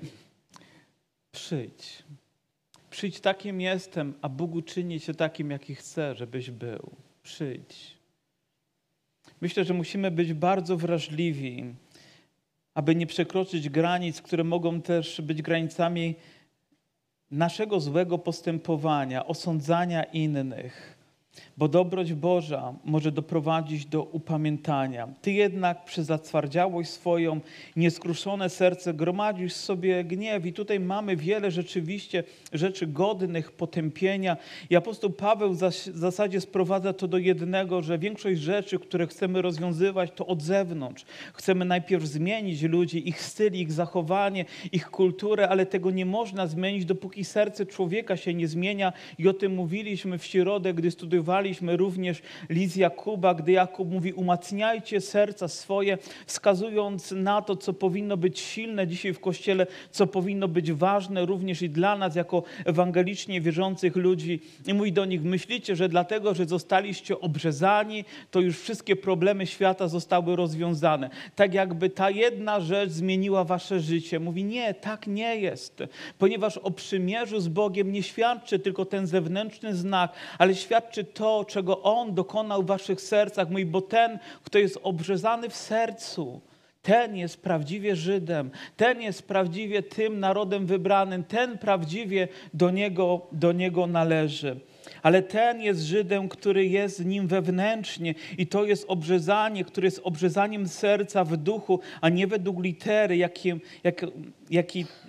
A: Przyjdź. Przyjdź, takim jestem, a Bóg uczyni cię takim, jaki chce, żebyś był. Przyjdź. Myślę, że musimy być bardzo wrażliwi, aby nie przekroczyć granic, które mogą też być granicami naszego złego postępowania, osądzania innych. Bo dobroć Boża może doprowadzić do upamiętania. Ty jednak przez zatwardziałość swoją, nieskruszone serce gromadzisz sobie gniew. I tutaj mamy wiele rzeczywiście rzeczy godnych potępienia. I apostoł Paweł w zasadzie sprowadza to do jednego, że większość rzeczy, które chcemy rozwiązywać, to od zewnątrz. Chcemy najpierw zmienić ludzi, ich styl, ich zachowanie, ich kulturę, ale tego nie można zmienić, dopóki serce człowieka się nie zmienia. I o tym mówiliśmy w środę, gdy studiowaliśmy również list Jakuba, gdy Jakub mówi: umacniajcie serca swoje, wskazując na to, co powinno być silne dzisiaj w Kościele, co powinno być ważne również i dla nas jako ewangelicznie wierzących ludzi. I mówi do nich: myślicie, że dlatego, że zostaliście obrzezani, to już wszystkie problemy świata zostały rozwiązane. Tak jakby ta jedna rzecz zmieniła wasze życie. Mówi: nie, tak nie jest. Ponieważ o przymierzu z Bogiem nie świadczy tylko ten zewnętrzny znak, ale świadczy to, czego On dokonał w waszych sercach. Mówi: bo ten, kto jest obrzezany w sercu, ten jest prawdziwie Żydem, ten jest prawdziwie tym narodem wybranym, ten prawdziwie do Niego, do Niego należy. Ale ten jest Żydem, który jest z nim wewnętrznie i to jest obrzezanie, które jest obrzezaniem serca w duchu, a nie według litery, jaki, jak, jaki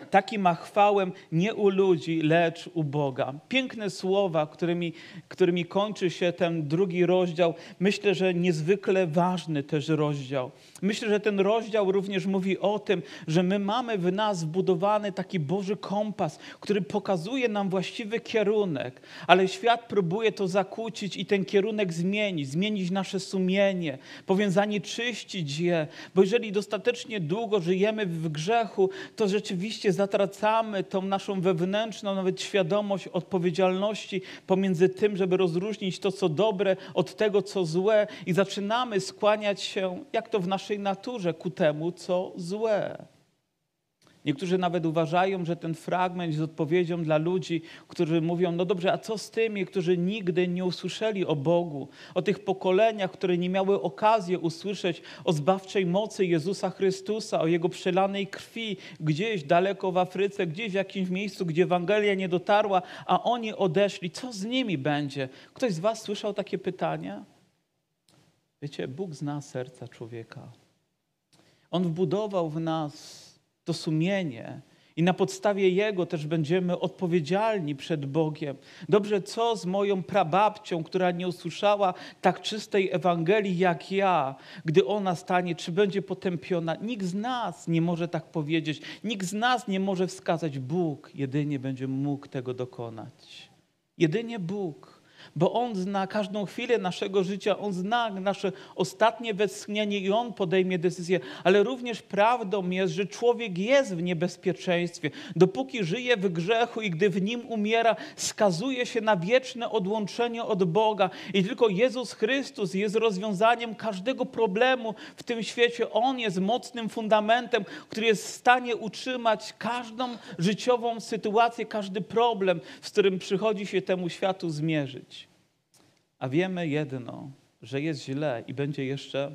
A: taki ma chwałę nie u ludzi, lecz u Boga. Piękne słowa, którymi, którymi kończy się ten drugi rozdział. Myślę, że niezwykle ważny też rozdział. Myślę, że ten rozdział również mówi o tym, że my mamy w nas wbudowany taki Boży kompas, który pokazuje nam właściwy kierunek, ale świat próbuje to zakłócić i ten kierunek zmienić, zmienić nasze sumienie, powiązanie czyścić je, bo jeżeli dostatecznie długo żyjemy w grzechu, to rzeczywiście zatracamy tą naszą wewnętrzną nawet świadomość odpowiedzialności pomiędzy tym, żeby rozróżnić to, co dobre, od tego, co złe i zaczynamy skłaniać się, jak to w naszej naturze, ku temu, co złe. Niektórzy nawet uważają, że ten fragment jest odpowiedzią dla ludzi, którzy mówią, no dobrze, a co z tymi, którzy nigdy nie usłyszeli o Bogu, o tych pokoleniach, które nie miały okazji usłyszeć o zbawczej mocy Jezusa Chrystusa, o Jego przelanej krwi gdzieś daleko w Afryce, gdzieś w jakimś miejscu, gdzie Ewangelia nie dotarła, a oni odeszli. Co z nimi będzie? Ktoś z was słyszał takie pytania? Wiecie, Bóg zna serca człowieka. On wbudował w nas to sumienie i na podstawie Jego też będziemy odpowiedzialni przed Bogiem. Dobrze, co z moją prababcią, która nie usłyszała tak czystej Ewangelii jak ja, gdy ona stanie, czy będzie potępiona? Nikt z nas nie może tak powiedzieć. Nikt z nas nie może wskazać. Bóg jedynie będzie mógł tego dokonać. Jedynie Bóg. Bo On zna każdą chwilę naszego życia, On zna nasze ostatnie westchnienie i On podejmie decyzję. Ale również prawdą jest, że człowiek jest w niebezpieczeństwie. Dopóki żyje w grzechu i gdy w nim umiera, skazuje się na wieczne odłączenie od Boga. I tylko Jezus Chrystus jest rozwiązaniem każdego problemu w tym świecie. On jest mocnym fundamentem, który jest w stanie utrzymać każdą życiową sytuację, każdy problem, z którym przychodzi się temu światu zmierzyć. A wiemy jedno, że jest źle i będzie jeszcze,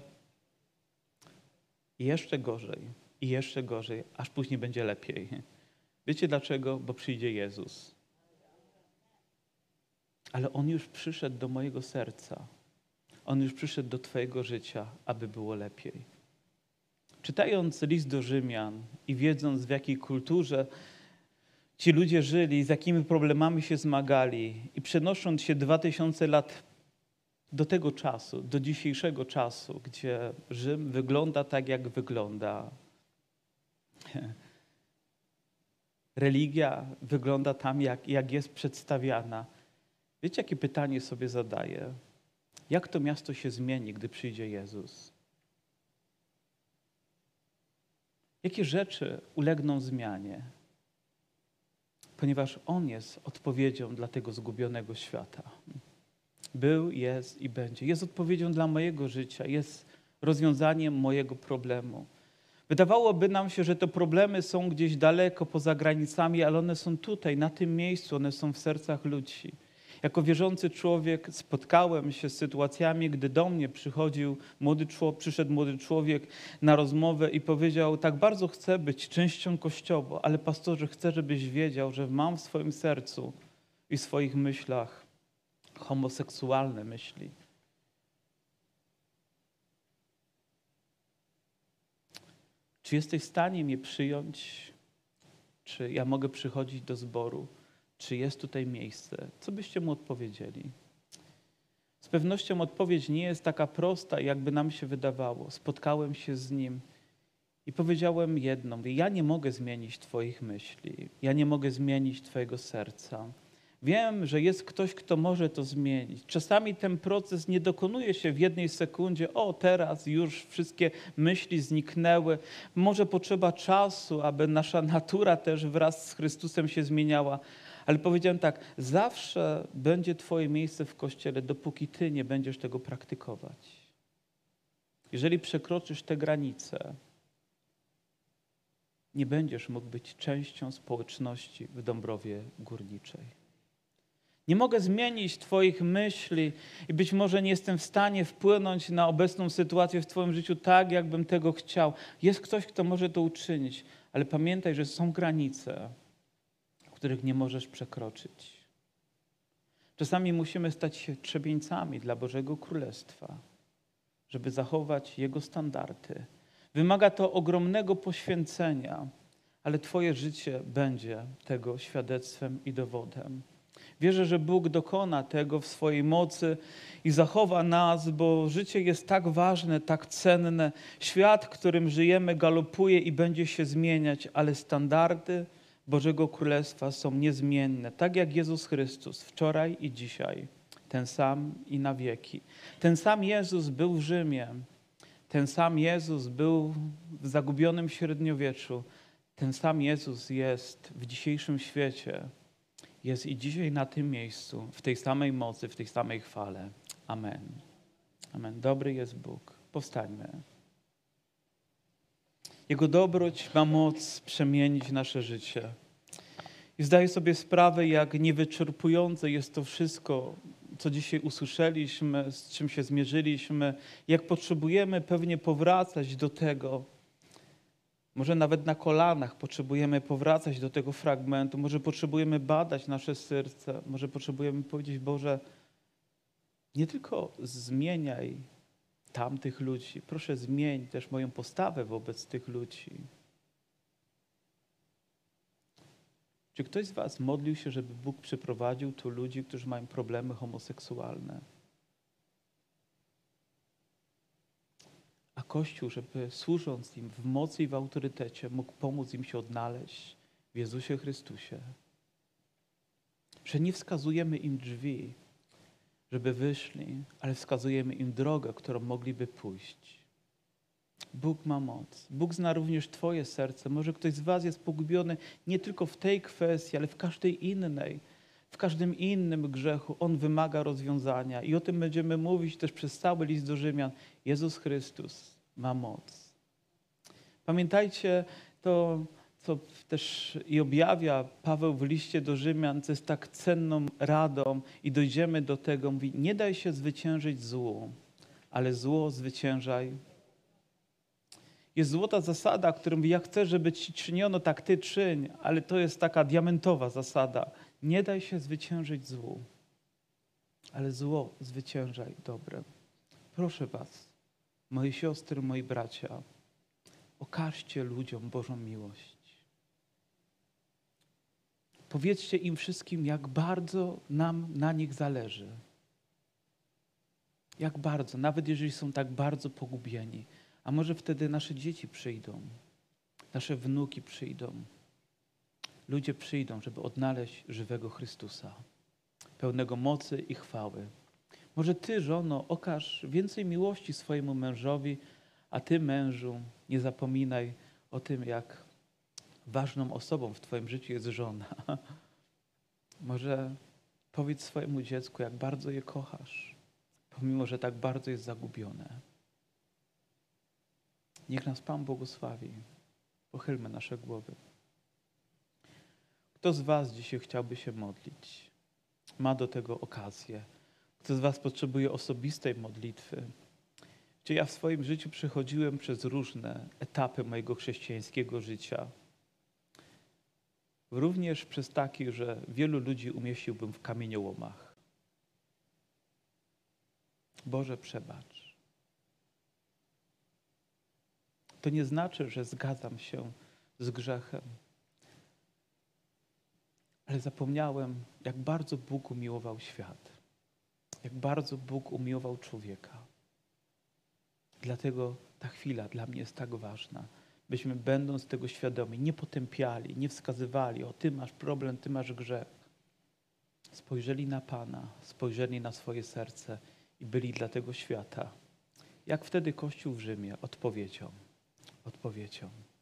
A: jeszcze gorzej i jeszcze gorzej, aż później będzie lepiej. Wiecie dlaczego? Bo przyjdzie Jezus. Ale On już przyszedł do mojego serca. On już przyszedł do twojego życia, aby było lepiej. Czytając list do Rzymian i wiedząc, w jakiej kulturze ci ludzie żyli, z jakimi problemami się zmagali i przenosząc się dwa tysiące lat do tego czasu, do dzisiejszego czasu, gdzie Rzym wygląda tak, jak wygląda. Religia wygląda tam, jak, jak jest przedstawiana. Wiecie, jakie pytanie sobie zadaję? Jak to miasto się zmieni, gdy przyjdzie Jezus? Jakie rzeczy ulegną zmianie? Ponieważ On jest odpowiedzią dla tego zgubionego świata. Był, jest i będzie. Jest odpowiedzią dla mojego życia, jest rozwiązaniem mojego problemu. Wydawałoby nam się, że te problemy są gdzieś daleko, poza granicami, ale one są tutaj, na tym miejscu, one są w sercach ludzi. Jako wierzący człowiek spotkałem się z sytuacjami, gdy do mnie przychodził młody człowiek, przyszedł młody człowiek na rozmowę i powiedział, tak bardzo chcę być częścią Kościoła, ale pastorze, chcę, żebyś wiedział, że mam w swoim sercu i w swoich myślach homoseksualne myśli. Czy jesteś w stanie mnie przyjąć? Czy ja mogę przychodzić do zboru? Czy jest tutaj miejsce? Co byście mu odpowiedzieli? Z pewnością odpowiedź nie jest taka prosta, jakby nam się wydawało. Spotkałem się z nim i powiedziałem jedno. Ja nie mogę zmienić twoich myśli. Ja nie mogę zmienić twojego serca. Wiem, że jest ktoś, kto może to zmienić. Czasami ten proces nie dokonuje się w jednej sekundzie. O, teraz już wszystkie myśli zniknęły. Może potrzeba czasu, aby nasza natura też wraz z Chrystusem się zmieniała. Ale powiedziałem tak, zawsze będzie twoje miejsce w Kościele, dopóki ty nie będziesz tego praktykować. Jeżeli przekroczysz te granice, nie będziesz mógł być częścią społeczności w Dąbrowie Górniczej. Nie mogę zmienić twoich myśli i być może nie jestem w stanie wpłynąć na obecną sytuację w twoim życiu tak, jakbym tego chciał. Jest ktoś, kto może to uczynić, ale pamiętaj, że są granice, których nie możesz przekroczyć. Czasami musimy stać się trzebieńcami dla Bożego Królestwa, żeby zachować Jego standardy. Wymaga to ogromnego poświęcenia, ale Twoje życie będzie tego świadectwem i dowodem. Wierzę, że Bóg dokona tego w swojej mocy i zachowa nas, bo życie jest tak ważne, tak cenne. Świat, w którym żyjemy, galopuje i będzie się zmieniać, ale standardy Bożego Królestwa są niezmienne. Tak jak Jezus Chrystus, wczoraj i dzisiaj, ten sam i na wieki. Ten sam Jezus był w Rzymie, ten sam Jezus był w zagubionym średniowieczu, ten sam Jezus jest w dzisiejszym świecie. Jest i dzisiaj na tym miejscu, w tej samej mocy, w tej samej chwale. Amen. Amen. Dobry jest Bóg. Powstańmy. Jego dobroć ma moc przemienić nasze życie. I zdaję sobie sprawę, jak niewyczerpujące jest to wszystko, co dzisiaj usłyszeliśmy, z czym się zmierzyliśmy, jak potrzebujemy pewnie powracać do tego. Może nawet na kolanach potrzebujemy powracać do tego fragmentu, może potrzebujemy badać nasze serce, może potrzebujemy powiedzieć: Boże, nie tylko zmieniaj tamtych ludzi, proszę zmień też moją postawę wobec tych ludzi. Czy ktoś z was modlił się, żeby Bóg przyprowadził tu ludzi, którzy mają problemy homoseksualne? A Kościół, żeby służąc im w mocy i w autorytecie, mógł pomóc im się odnaleźć w Jezusie Chrystusie. Że nie wskazujemy im drzwi, żeby wyszli, ale wskazujemy im drogę, którą mogliby pójść. Bóg ma moc. Bóg zna również Twoje serce. Może ktoś z was jest pogubiony nie tylko w tej kwestii, ale w każdej innej. W każdym innym grzechu On wymaga rozwiązania. I o tym będziemy mówić też przez cały list do Rzymian. Jezus Chrystus ma moc. Pamiętajcie to, co też i objawia Paweł w liście do Rzymian, co jest tak cenną radą i dojdziemy do tego. Mówi: nie daj się zwyciężyć złu, ale zło zwyciężaj. Jest złota zasada, którą mówi: jak chcesz, żeby ci czyniono, tak ty czyń, ale to jest taka diamentowa zasada. Nie daj się zwyciężyć złu, ale zło zwyciężaj dobrem. Proszę was, moje siostry, moi bracia, okażcie ludziom Bożą miłość. Powiedzcie im wszystkim, jak bardzo nam na nich zależy. Jak bardzo, nawet jeżeli są tak bardzo pogubieni. A może wtedy nasze dzieci przyjdą, nasze wnuki przyjdą. Ludzie przyjdą, żeby odnaleźć żywego Chrystusa, pełnego mocy i chwały. Może ty, żono, okaż więcej miłości swojemu mężowi, a ty, mężu, nie zapominaj o tym, jak ważną osobą w twoim życiu jest żona. Może powiedz swojemu dziecku, jak bardzo je kochasz, pomimo że tak bardzo jest zagubione. Niech nas Pan błogosławi. Pochylmy nasze głowy. Kto z was dzisiaj chciałby się modlić? Ma do tego okazję. Kto z was potrzebuje osobistej modlitwy? Czy ja w swoim życiu przechodziłem przez różne etapy mojego chrześcijańskiego życia. Również przez taki, że wielu ludzi umieściłbym w kamieniołomach. Boże, przebacz. To nie znaczy, że zgadzam się z grzechem. Ale zapomniałem, jak bardzo Bóg umiłował świat. Jak bardzo Bóg umiłował człowieka. Dlatego ta chwila dla mnie jest tak ważna. Byśmy, będąc tego świadomi, nie potępiali, nie wskazywali: o, ty masz problem, ty masz grzech. Spojrzeli na Pana, spojrzeli na swoje serce i byli dla tego świata. Jak wtedy Kościół w Rzymie odpowiedzią. Odpowiedzią.